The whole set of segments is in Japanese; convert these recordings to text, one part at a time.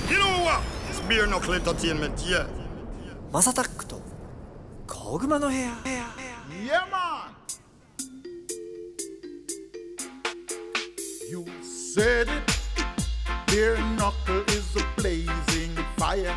You know what? It's Beer Knuckle Entertainment, yeah. マサタックと小熊の部屋。 Yeah, man. You said it. Beer Knuckle is a blazing fire.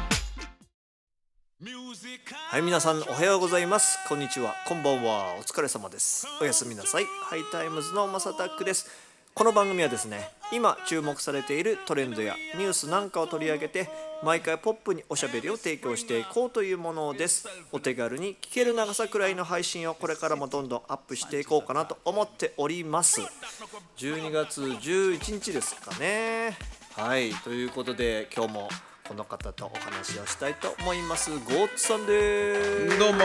はい、皆さんおはようございます。こんにちは、こんばんは。お疲れ様です。おやすみなさい。ハイタイムズのマサタックです。この番組はですね、今注目されているトレンドやニュースなんかを取り上げて、毎回ポップにおしゃべりを提供していこうというものです。お手軽に聞ける長さくらいの配信をこれからもどんどんアップしていこうかなと思っております。12月11日ですかね。はい、ということで今日もこの方とお話をしたいと思います。ゴッツさんです。 どうも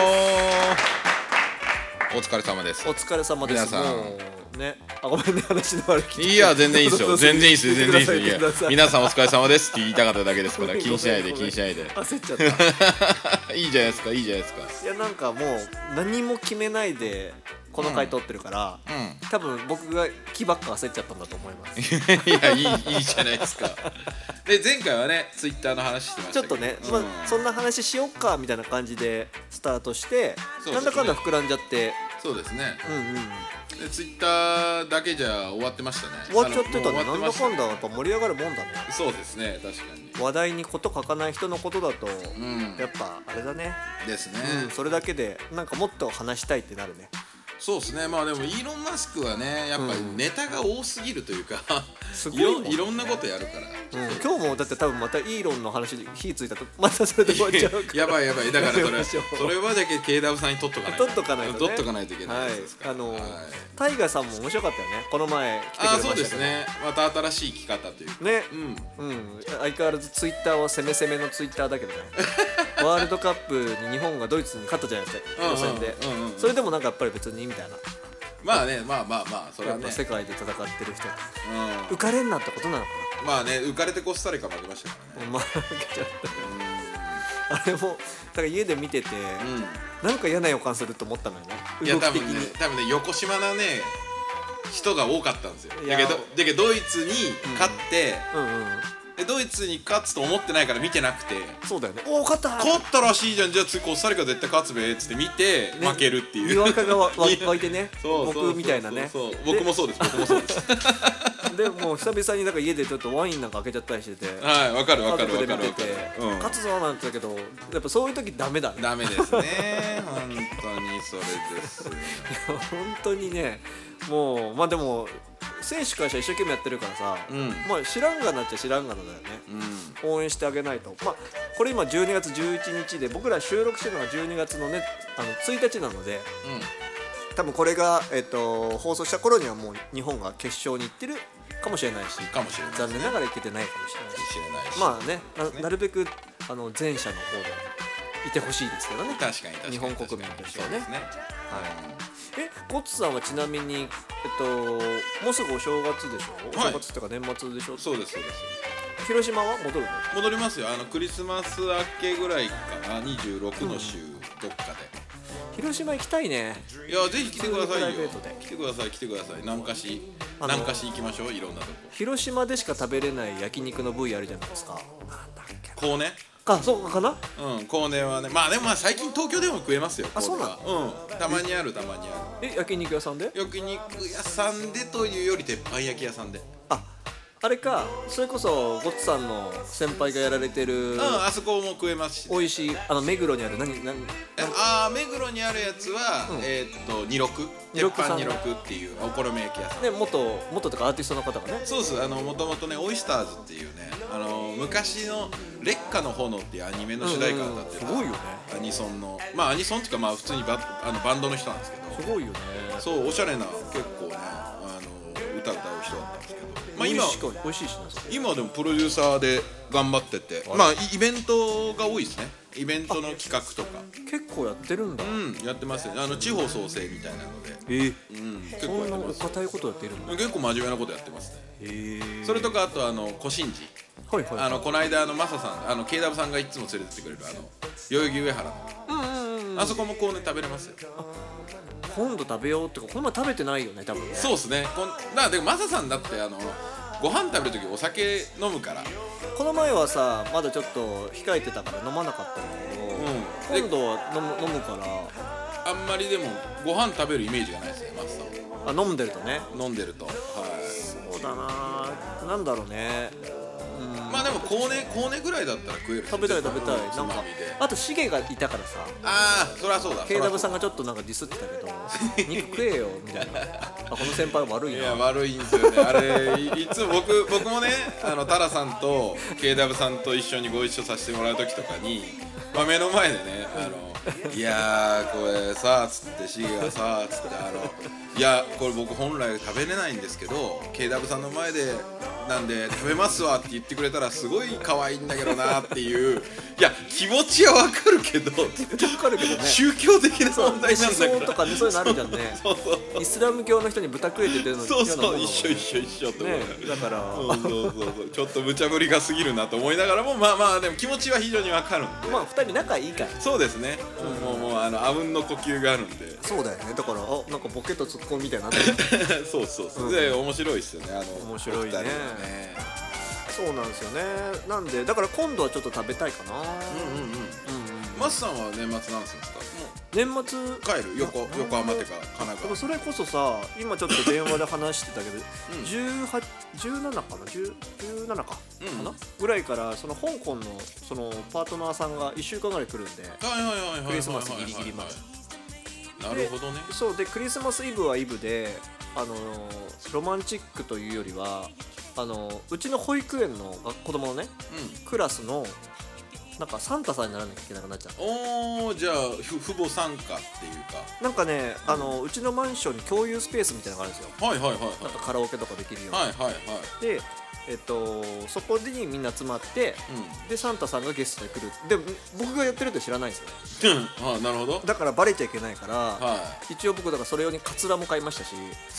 お疲れ様です。 お疲れ様です。 皆さんもうね、ごめんね、話の悪い。 いや全然いいですよ。全然いいですよ。全然いいですよ。いやください皆さんお疲れ様ですって言いたかっただけですから気にしないで気にしないで。 焦っちゃったいいじゃないですかいいじゃないですか。 いやなんかもう何も決めないでこの回撮ってるから、多分僕が気ばっか焦っちゃったんだと思います。 いやいいじゃないですか。で前回はねツイッターの話してましたけどちょっとね、そんな話しよっかみたいな感じでスタートして、 そうですねなんだかんだ膨らんじゃって、 そうですね。でツイッターだけじゃ終わってましたね。 終わっちゃってたね。 もうなんだかんだやっぱ盛り上がるもんだね。 そうですね確かに。 話題にこと書かない人のことだと、やっぱあれだね。 ですね。 それだけでなんかもっと話したいってなるね。 そうですね。まあでもイーロン・マスクはねやっぱりネタが多すぎるというか、 すごいもんねいろんなことやるから、 今日もだって多分またイーロンの話で火ついたとまたそれで終わっちゃうからやばいだからそやめましょうれはだけ KW さんに取っとかないと取っとかないとね取っとかないといけないやつですから、 タイガーさんも面白かったよね。この前来てくれましたけど。 そうですね。また新しい生き方というかね、相変わらずツイッターは攻めのツイッターだけどねワールドカップに日本がドイツに勝ったじゃないですか、予選で。それでもなんかやっぱり別にみたいな。 まあねまあそれはね世界で戦ってる人浮かれんなってことなのかな。まあね浮かれてコスタリカ負けましたからね。 負けちゃったあれもだから家で見てて、なんか嫌な予感すると思ったのよね。 いや動き的に多分ね横島なね人が多かったんですよ。だけどドイツに勝って、ドイツに勝つと思ってないから見てなくて、 そうだよね。おお勝ったらしいじゃん。じゃあ次コスタリカ絶対勝つべっつって見て、負けるっていう。 にわかが湧いてね。僕みたいなね。 僕もそうです。 でもう久々になんか家でちょっとワインなんか開けちゃったりしてて、 はい、わかる。 家族で見てて、勝つぞなんて言ったけど、やっぱそういう時ダメだね。 ダメですね。本当にそれですよ。 本当にね、もうまあでも選手からしたら一生懸命やってるからさ、まあ知らんがなっちゃ知らんがなだよね。応援してあげないと。まあこれ今12月11日で僕ら収録してるのが12月のね1日なので、多分これが放送した頃にはもう日本が決勝に行ってるかもしれないし、残念ながら行けてないかもしれないし、まあねなるべく前者の方でいてほしいですけどね。 確かに日本国民としてはね。 はい。 ゴッツさんはちなみにもうすぐお正月でしょ。お正月っていうか年末でしょ。 そうです。 広島は戻るの？ 戻りますよ。クリスマス明けぐらいかな。26の週どっかで。 広島行きたいね。 いやぜひ来てくださいよ。来てください。南下し行きましょう。いろんなとこ。 広島でしか食べれない焼肉の部位あるじゃないですか。なんだっけ。 コウネ？ そうかな。 コウネはね。まあでも最近東京でも食えますよ。 そうなの？ たまにある。 焼肉屋さんで？ 焼肉屋さんでというより鉄板焼き屋さんで。 あれか、それこそゴッツさんの先輩がやられてる、 あそこも食えますし、 美味しい目黒にある目黒にあるやつは二六鉄板二六っていうお好み焼き屋さんね。元とかアーティストの方がね。 そうです。もともとねオイスターズっていうね昔の烈火の炎っていうアニメの主題歌だってすごいよね。 アニソンのアニソンっていうか普通にバンドの人なんですけど、 すごいよね。 そうおしゃれな結構ね歌う人だったんですけど、今美味しいしな。 今でもプロデューサーで頑張ってて、イベントが多いですね。イベントの企画とか結構やってるんだ。 やってますよね。地方創生みたいなので、 そんなお堅いことやってるの？ 結構真面目なことやってますね。それとかあと小新寺、この間マサさんKW さんがいつも連れてってくれる代々木上原のあそこもこうね食べれますよ。 今度食べようってかこの前食べてないよね多分ね。 そうですね。でもマサさんだってご飯食べるときお酒飲むから。 この前はさまだちょっと控えてたから飲まなかったんだけど、今度は飲むから。 あんまりでもご飯食べるイメージがないですね、マスさん。 飲んでるとね。 飲んでると、はい。 そうだな、なんだろうね。 まあでもコーネぐらいだったら食える。 食べたいなんかあとシゲがいたからさ。 ああ、そりゃそうだ。 KW さんがちょっとなんかディスってたけど肉食えよみたいな。この先輩悪いな。 いや悪いんですよねあれ。いつも僕もねタラさんと KW さんと一緒にご一緒させてもらう時とかに、まあ、目の前でねいやーこれさーつってシゲがさーつっていやこれ僕本来食べれないんですけど KW さんの前でなんで食べますわって言ってくれたらすごい可愛いんだけどなっていう。いや気持ちはわかるけど宗教的な問題なんだから。 思想とかね、そういうのあるじゃんね。イスラム教の人に豚食えって言ってるのに。 そう一緒って思う。 だからそうちょっと無茶ぶりが過ぎるなと思いながらも、まあでも気持ちは非常にわかるんで。 まあ2人仲いいから。 そうですね。もうあうんの呼吸があるんで。 そうだよね。だからなんかボケとツッコミみたいになってる。そうで面白いですよね。 面白いね。そうなんですよね。なんでだから今度はちょっと食べたいかな。 マスさんは年末なんですか？ 年末帰る横浜ってか神奈川。 それこそさ今ちょっと電話で話してたけど17かな17かなぐらいからその香港のそのパートナーさんが1週間ぐらい来るんで、クリスマスギリギリまで。 なるほどね。 そうでクリスマスイブはイブでロマンチックというよりはうちの保育園の子供のね、クラスのなんかサンタさんにならなきゃいけなくなっちゃった。 じゃあ父母参加っていうかなんかねうちのマンションに共有スペースみたいなのがあるんですよ。なんかカラオケとかできるように。でそこにみんな集まって、でサンタさんがゲストで来る。で僕がやってるって知らないんですよね。 なるほど。 だからバレちゃいけないから、一応僕だからそれ用にカツラも買いましたし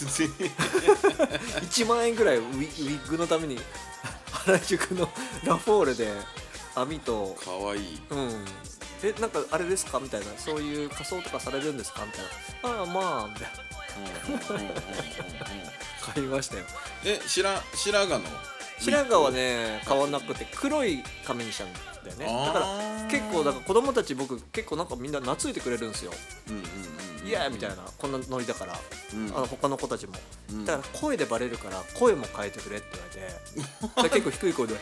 1万円ぐらいウィッグのために原宿のラフォーレで網とかわいい。 なんかあれですかみたいな、そういう仮装とかされるんですかみたいな。まあみたいな買いましたよ。 白髪の白髪はね買わなくて黒い髪にしたんだよね。だから結構だから子供たち僕結構なんかみんな懐いてくれるんですよ。いやみたいな、こんなノリだから、他の子たちも、だから声でバレるから声も変えてくれって言われて結構低い声で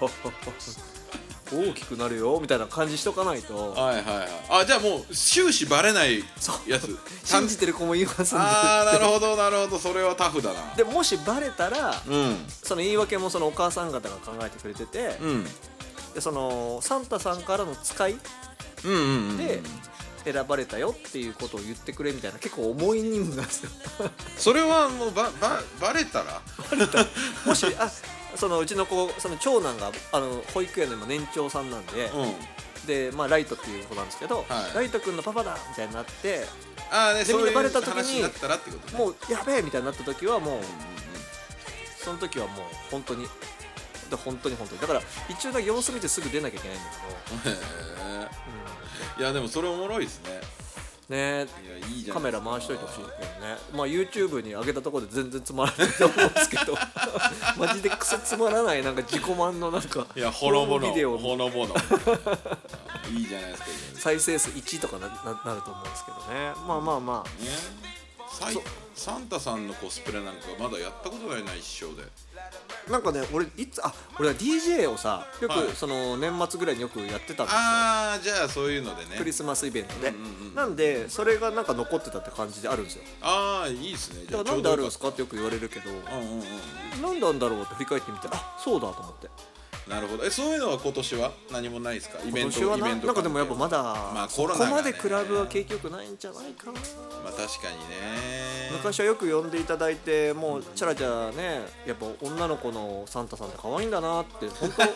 大きくなるよみたいな感じしとかないと。 じゃあもう終始バレないやつ信じてる子もいますんで。 なるほどそれはタフだな。 でもしバレたら、その言い訳もそのお母さん方が考えてくれてて、でそのサンタさんからの使いで選ばれたよっていうことを言ってくれみたいな結構重い任務なんですよそれはもうバレたらもしそのうちの子、その長男が保育園の今年長さんなんで、でまあライトっていう子なんですけど、ライト君のパパだみたいになって、でみんなバレた時にもうやべえみたいになった時はもう、その時はもう本当にだから一応だけ様子見てすぐ出なきゃいけないんだけどいやでもそれおもろいですね。 カメラ回しといてほしいけどね。まあ YouTube に上げたところで全然つまらないと思うんですけどマジでクソつまらないなんか自己満のなんかほのぼのビデオいいじゃないですか。 再生数1とか なると思うんですけどね。まあサンタさんのコスプレなんかまだやったことないな一生で。 なんかね俺は DJ をさよくその年末ぐらいによくやってたんですよ。 じゃあそういうのでね、 クリスマスイベントで、なんでそれがなんか残ってたって感じであるんですよ。 いいですね。 だからなんであるんですかってよく言われるけど、なんなんだろうって振り返ってみたらそうだと思って。 なるほど。そういうのは今年は何もないですか？イベントなんかでもやっぱまだそこまでクラブは景気よくないんじゃないかな。 まあ確かにね。 昔はよく呼んでいただいて、もうチャラチャラね、やっぱ女の子のサンタさんって可愛いんだなって本当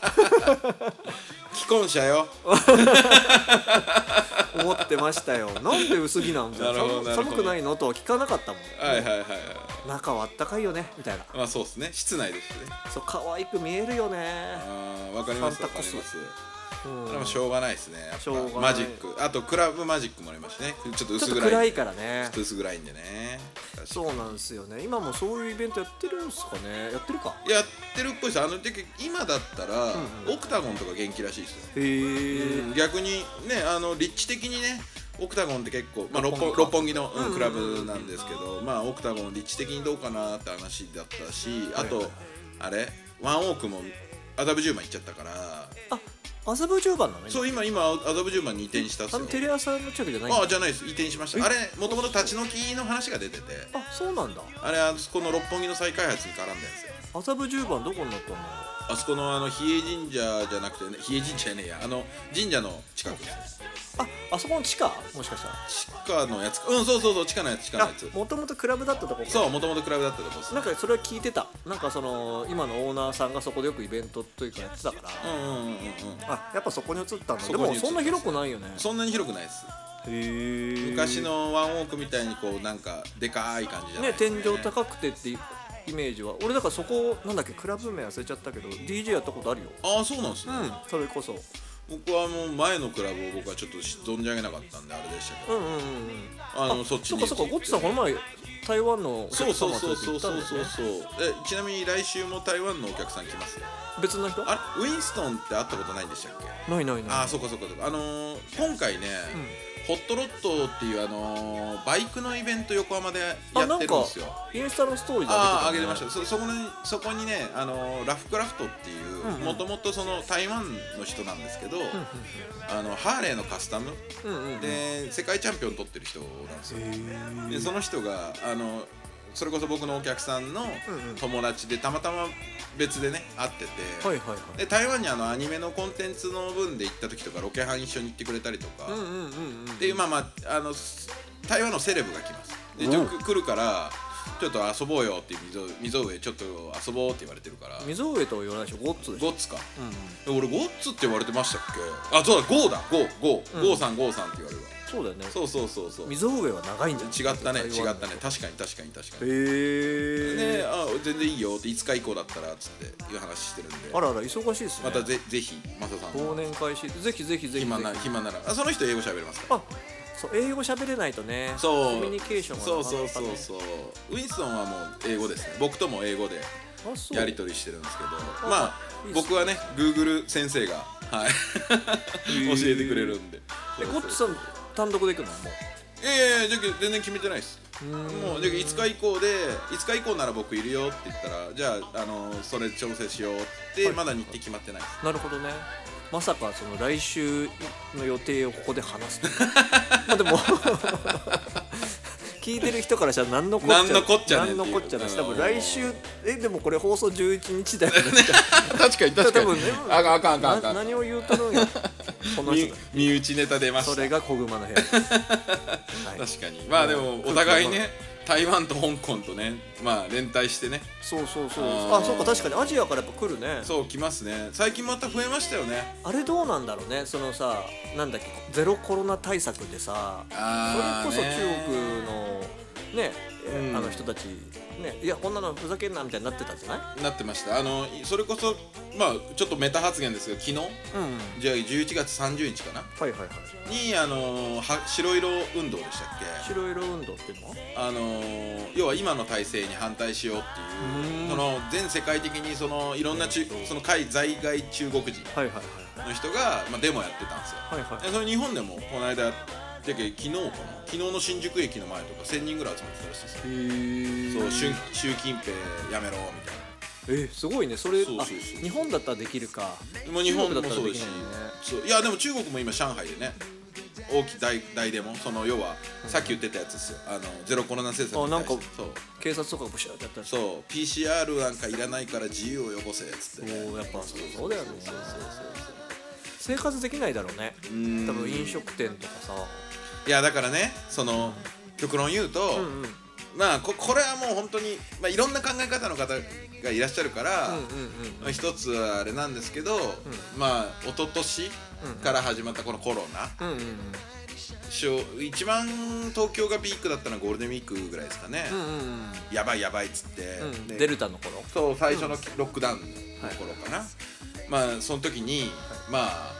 既婚者よ思ってましたよ。なんで薄着なんだよ、寒くないのとは聞かなかったもん。中はあったかいよねみたいな。 まあそうですね、室内ですね。 そう可愛く見えるよね。 わかります。 それもしょうがないですね。やっしょうがないぱマジック、あとクラブマジックもありましたね。ちょっとちょっと薄暗い、 暗いからねちょっと薄暗いんでね。 そうなんですよね。今もそういうイベントやってるんですかね。やってるか。 やってるっぽいです。今だったら、オクタゴンとか元気らしいですよ。 へえ、 逆にね、立地的にね、オクタゴンって結構、まあ、六本木の、クラブなんですけど、まあオクタゴン立地的にどうかなって話だったし、あと、あれワンオークも麻布十番行っちゃったから。 あ、麻布十番なの？ そう、今麻布十番に移転したっすよ。 テレ朝の近くじゃない？ あ、じゃないです。移転しました。あれもともと立ち退きの話が出てて、 あ、そうなんだ。 あれそこの六本木の再開発に絡んだんですよ。 麻布十番どこになったの？ あそこの比叡神社じゃなくてね、比叡神社やねえや、神社の近くです。 あそこの地下？もしかしたら地下のやつか。うん、そう地下のやつ。 もともとクラブだったとこか。 そう、もともとクラブだったとこです。 なんかそれは聞いてた。なんかその今のオーナーさんがそこでよくイベントというかやってたから、あ、やっぱそこに移ったんだ。でもそんな広くないよね。 そんなに広くないです。 へえ。 昔のワンオークみたいにこうなんかでかい感じじゃないですね。 天井高くてってイメージは。俺だからそこなんだっけ、クラブ名忘れちゃったけど DJ やったことあるよ。 ああ、そうなんですね。 それこそ僕はもう前のクラブを僕はちょっと存じ上げなかったんであれでしたけど、そっちに。 そうかゴッツさんこの前台湾のお客様と行ったんですね。 ちなみに来週も台湾のお客さん来ますよ。 別の人？ あれウィンストンって会ったことないんでしたっけ？ ない。 あ、そうか。今回ね、ホットロットっていうバイクのイベント横浜でやってるんですよ。 インスタのストーリーで上げてました。そこにね、ラフクラフトっていうもともとその台湾の人なんですけど、ハーレーのカスタムで世界チャンピオン取ってる人なんですよ。でその人がそれこそ僕のお客さんの友達でたまたま別でね会ってて、で台湾にアニメのコンテンツの分で行った時とかロケハン一緒に行ってくれたりとかっていう、台湾のセレブが来ます。で来るからちょっと遊ぼうよっていう、溝上ちょっと遊ぼうって言われてるから。 溝上とは言わないでしょ、ゴッツでしょ。 ゴッツか、俺ゴッツって言われてましたっけ？あ、そうだ、ゴーさんって言われるわ。 そうだよね。 そう。 溝上は長いんじゃん。 違ったね。確かに。 へえ。 ね、全然いいよっていつか以降だったらつっていう話してるんで。 あら忙しいですね。 またぜひマサさん。 忘年会しぜひ。 暇なら。その人英語喋れますから。 そう、英語喋れないとね。 そう。 コミュニケーションがなかなかね。 そう。ウィンストンはもう英語ですね。僕とも英語でやり取りしてるんですけど、僕はね Google 先生が教えてくれるんで。 ゴッツさん単独で行くのもう？ じゃ全然決めてないです。もうじゃ5日以降なら僕いるよって言ったら、じゃあそれ調整しようってまだ日程決まってないです。 なるほどね。まさかその来週の予定をここで話すとかでも聞いてる人からしたら何のこっちゃないし、多分来週でもこれ放送11日だよね確かに多分ね、あかん何を言うとるんやこの人身内ネタ出ました。 それが小熊の部屋です、 確かに。でもお互いね、台湾と香港とね、連帯してね。 そう。そうか、確かにアジアからやっぱ来るね。 そう、来ますね。最近また増えましたよね。 あれどうなんだろうね。そのさ、なんだっけ、ゼロコロナ対策でさ、それこそ中国のね、人たちね、いやこんなのふざけんなみたいになってたんじゃない？ なってました。それこそちょっとメタ発言ですけど、昨日、じゃあ11月30日かな、に白色運動でしたっけ？ 白色運動っていうのは？ 要は今の体制に反対しようっていう、その全世界的にそのいろんなその在外中国人の人がデモやってたんですよ。それ日本でもこの間昨日の新宿駅の前とか1000人ぐらい集まってたらしいですよ。そう、習近平やめろみたいな。 すごいね。それ日本だったらできるか。 もう日本もそうですし、いやでも中国も今上海でね、大きい大デモ、その要はさっき言ってたやつですよ。ゼロコロナ政策に対して。そう、 警察とかブシャーってやったら。 そう、PCR なんかいらないから自由をよこせっつってね。 やっぱそうだよね。生活できないだろうね。多分飲食店とかさ。 いやだからね、その極論言うと、これはもう本当にいろんな考え方の方がいらっしゃるから一つはあれなんですけど、一昨年から始まったこのコロナ、一番東京がピークだったのはゴールデンウィークぐらいですかね。やばいっつって、 デルタの頃、 そう、最初のロックダウンの頃かな。その時に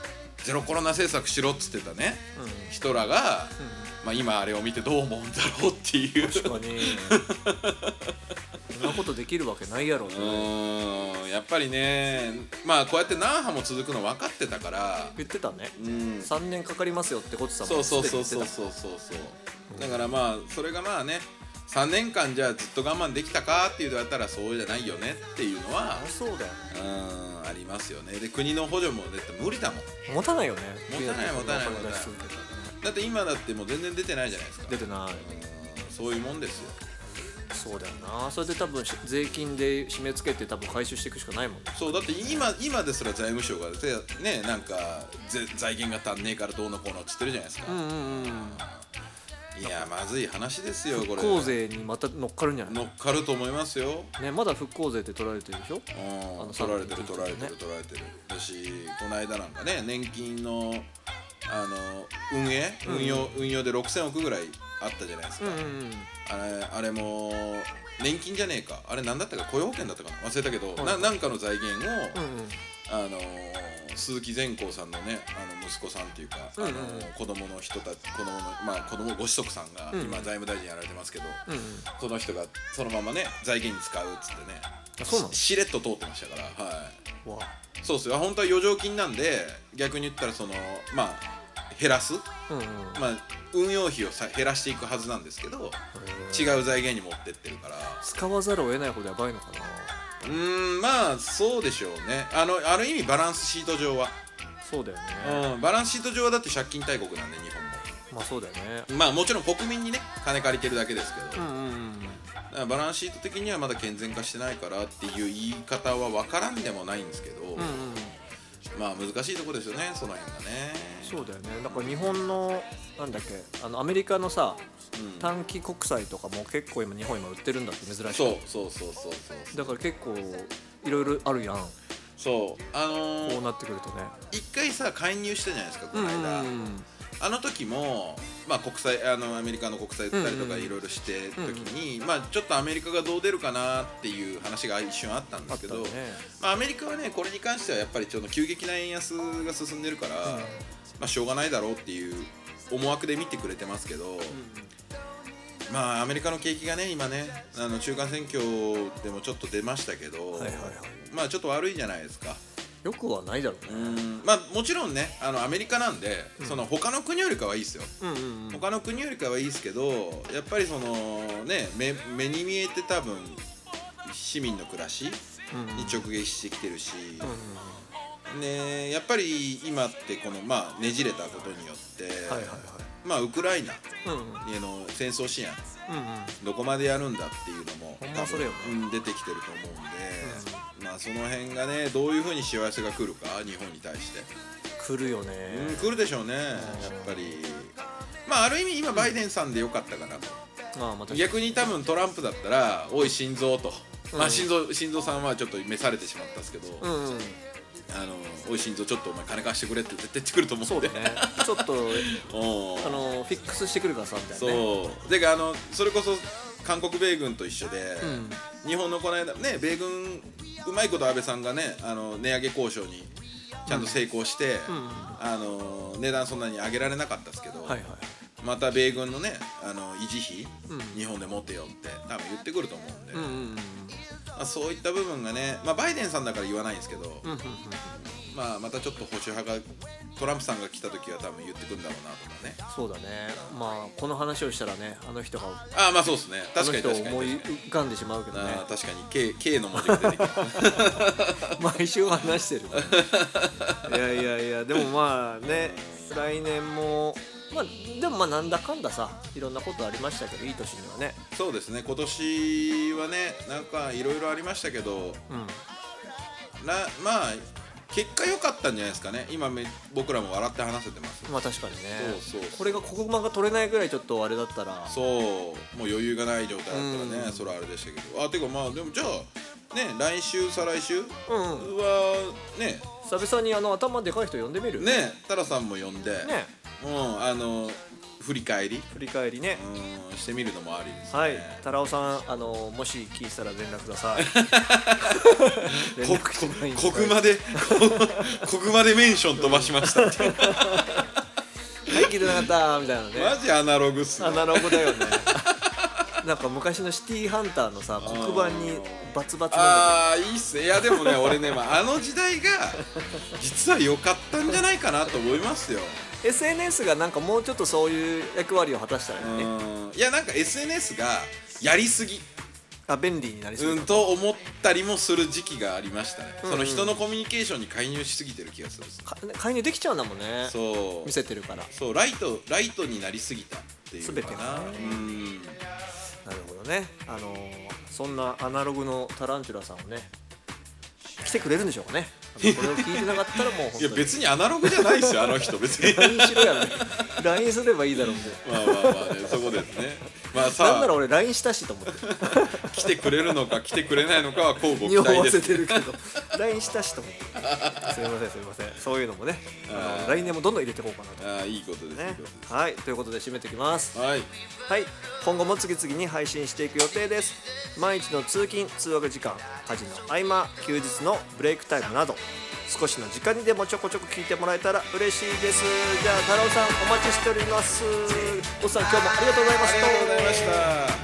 ゼロコロナ政策しろっつってたね、人らが、まあ、今あれを見てどう思うんだろうっていう。 確かにそんなことできるわけないやろね。 やっぱりね、まあこうやって何波も続くの分かってたから言ってたね、3年かかりますよってことさもそうだからまあそれがまあね3年間じゃあずっと我慢できたかっていうとやったらそうじゃないよねっていうのはそうだよありますよね。で国の補助も絶対無理だもん。 持たないよね。 持たないだって今だってもう全然出てないじゃないですか。 出てない。 そういうもんですよ。 そうだよな。それで多分税金で締め付けて多分回収していくしかないもんね。 そうだって今ですら財務省がねなんか財源が足んねえからどうのこうのっつってるじゃないですか。いやまずい話ですよこれ。 復興税にまた乗っかるんじゃない？ 乗っかると思いますよ。 ね、まだ復興税って取られてるでしょ？ 取られてるだし、この間なんかね年金の運用で6000億ぐらいあったじゃないですか。あれも年金じゃねえか、あれなんだったか雇用保険だったかな忘れたけど、なんかの財源を鈴木善光さんのね息子さんっていうか子供の人たち子供ご子息さんが今財務大臣やられてますけど、その人がそのままね財源に使うっつってね、 そうなの？ しれっと通ってましたから。はい。 わそうですよ。本当は余剰金なんで逆に言ったらまあ減らす、まあ運用費を減らしていくはずなんですけど、違う財源に持ってってるから使わざるを得ないほどやばいのかな。 まあそうでしょうね。ある意味バランスシート上はそうだよね。 バランスシート上はだって借金大国なんで日本も。 まあそうだよね。 まあもちろん国民にね金借りてるだけですけど、だからバランスシート的にはまだ健全化してないからっていう言い方は分からんでもないんですけど、まあ難しいところですよね、その辺がね。 そうだよね。だから日本のなんだっけアメリカのさ、短期国債とかも結構日本今売ってるんだって珍しい。そうだから結構いろいろあるやん。そうこうなってくるとね。 一回さ介入したじゃないですかこの間。あの時もまあ国債アメリカの国債売ったりとかいろいろして時にまあちょっとアメリカがどう出るかなっていう話が一瞬あったんですけど、まあアメリカはねこれに関してはやっぱりちょっと急激な円安が進んでるからまあしょうがないだろうっていう思惑で見てくれてますけど、まあアメリカの景気がね今ね中間選挙でもちょっと出ましたけど、まあちょっと悪いじゃないですか。 よくはないだろうね。 まあもちろんねアメリカなんで、他の国よりかはいいですよ。他の国よりかはいいですけど、やっぱりね目に見えて多分市民の暮らしに直撃してきてるし、ねやっぱり今ってこのまあねじれたことによってまあウクライナへの戦争支援どこまでやるんだっていうのも多分出てきてると思うんで。まあその辺がねどういう風にしわ寄せが来るか日本に対して来るよね。 来るでしょうねやっぱり。まあある意味今バイデンさんでよかったかなと。逆に多分トランプだったらおい心臓と、まあ心臓さんはちょっと召されてしまったんですけど、おい心臓ちょっとお前金貸してくれって絶対言ってくると思うんで。 そうだね。ちょっとフィックスしてくるからさみたいなね。 そうでそれこそ韓国米軍と一緒で、日本のこの間ね米軍うまいこと安倍さんがね値上げ交渉にちゃんと成功して、値段そんなに上げられなかったですけど、また米軍のね維持費、日本で持ってよって多分言ってくると思うんで、まあ、そういった部分がね、まあ、バイデンさんだから言わないんですけど、まあ、またちょっと保守派がトランプさんが来た時は多分言ってくるんだろうなとかね。 そうだね。まあこの話をしたらねあの人がまあそうですね。確かに確かに思い浮かんでしまうけどね。 確かに K の文字が出てきた毎週話してるからいやでもまあね来年もまあでもまあなんだかんださいろんなことありましたけどいい年にはね。 そうですね。今年はねなんかいろいろありましたけど、まあ結果良かったんじゃないですかね。今僕らも笑って話せてます。 まあ確かにね。 そうこれが国馬が取れないぐらいちょっとあれだったらもう余裕がない状態だったらね、それはあれでしたけど。てかまあでもじゃあね来週再来週はね久々に頭でかい人呼んでみるね。タラさんも呼んでね振り返りね、 してみるのもありですね。 はい、タラオさんもし聞いたら連絡ください。 国までメンション飛ばしましたってはい聞いてなかったみたいなね。 マジアナログっすね。 アナログだよね。なんか昔のシティハンターのさ黒板にバツバツなんだああいいっすね。いやでもね俺ね、あの時代が実は良かったんじゃないかなと思いますよ。 SNS がなんかもうちょっとそういう役割を果たしたらいいね。 いやなんか SNS がやりすぎ便利になりすぎと思ったりもする時期がありましたね。その人のコミュニケーションに介入しすぎてる気がする。 介入できちゃうんだもんね。 そう見せてるから。 そうライトになりすぎたっていうかな。 全てがね。なるほどね。そんなアナログのタランチュラさんをね来てくれるんでしょうかね。これを聞いてなかったらもう本当に。 いや別にアナログじゃないですよあの人別に。 LINE しろやね。LINE すればいいだろうね。 まあねそこですね。まあさなんなら俺 LINE したしと思って。 来てくれるのか来てくれないのかは交互期匂わ待です。 せてるけど LINE したしと思って。すいません。そういうのもね来年もどんどん入れていこうかなと。 いいことですね。 はいということで締めていきます。 はい。 今後も次々に配信していく予定です。毎日の通勤通学時間、家事の合間、休日のブレイクタイムなど少しの時間にでもちょこちょこ聞いてもらえたら嬉しいです。じゃあ太郎さんお待ちしております。おっさん今日もありがとうございました。 ありがとうございました。